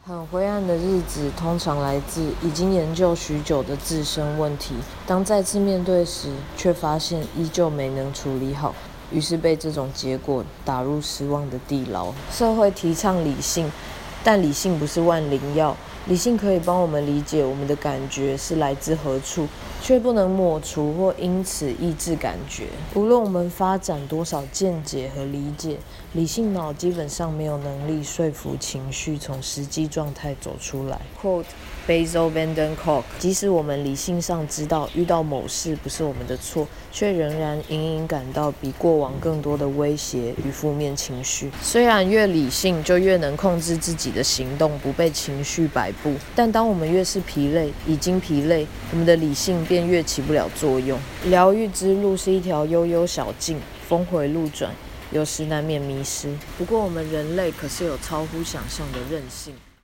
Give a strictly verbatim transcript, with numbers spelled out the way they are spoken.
很灰暗的日子通常来自已经研究许久的自身问题，当再次面对时，却发现依旧没能处理好，于是被这种结果打入失望的地牢。社会提倡理性，但理性不是万灵药。理性可以帮我们理解我们的感觉是来自何处，却不能抹除或因此抑制感觉。无论我们发展多少见解和理解，理性脑基本上没有能力说服情绪从实际状态走出来。Quote Bessel van den Kolk， 即使我们理性上知道遇到某事不是我们的错，却仍然隐隐感到比过往更多的威胁与负面情绪。虽然越理性就越能控制自己的行动，不被情绪摆布，但当我们越是疲累，已经疲累，我们的理性便越起不了作用。疗愈之路是一条悠悠小径，峰回路转，有时难免迷失。不过我们人类可是有超乎想象的韧性。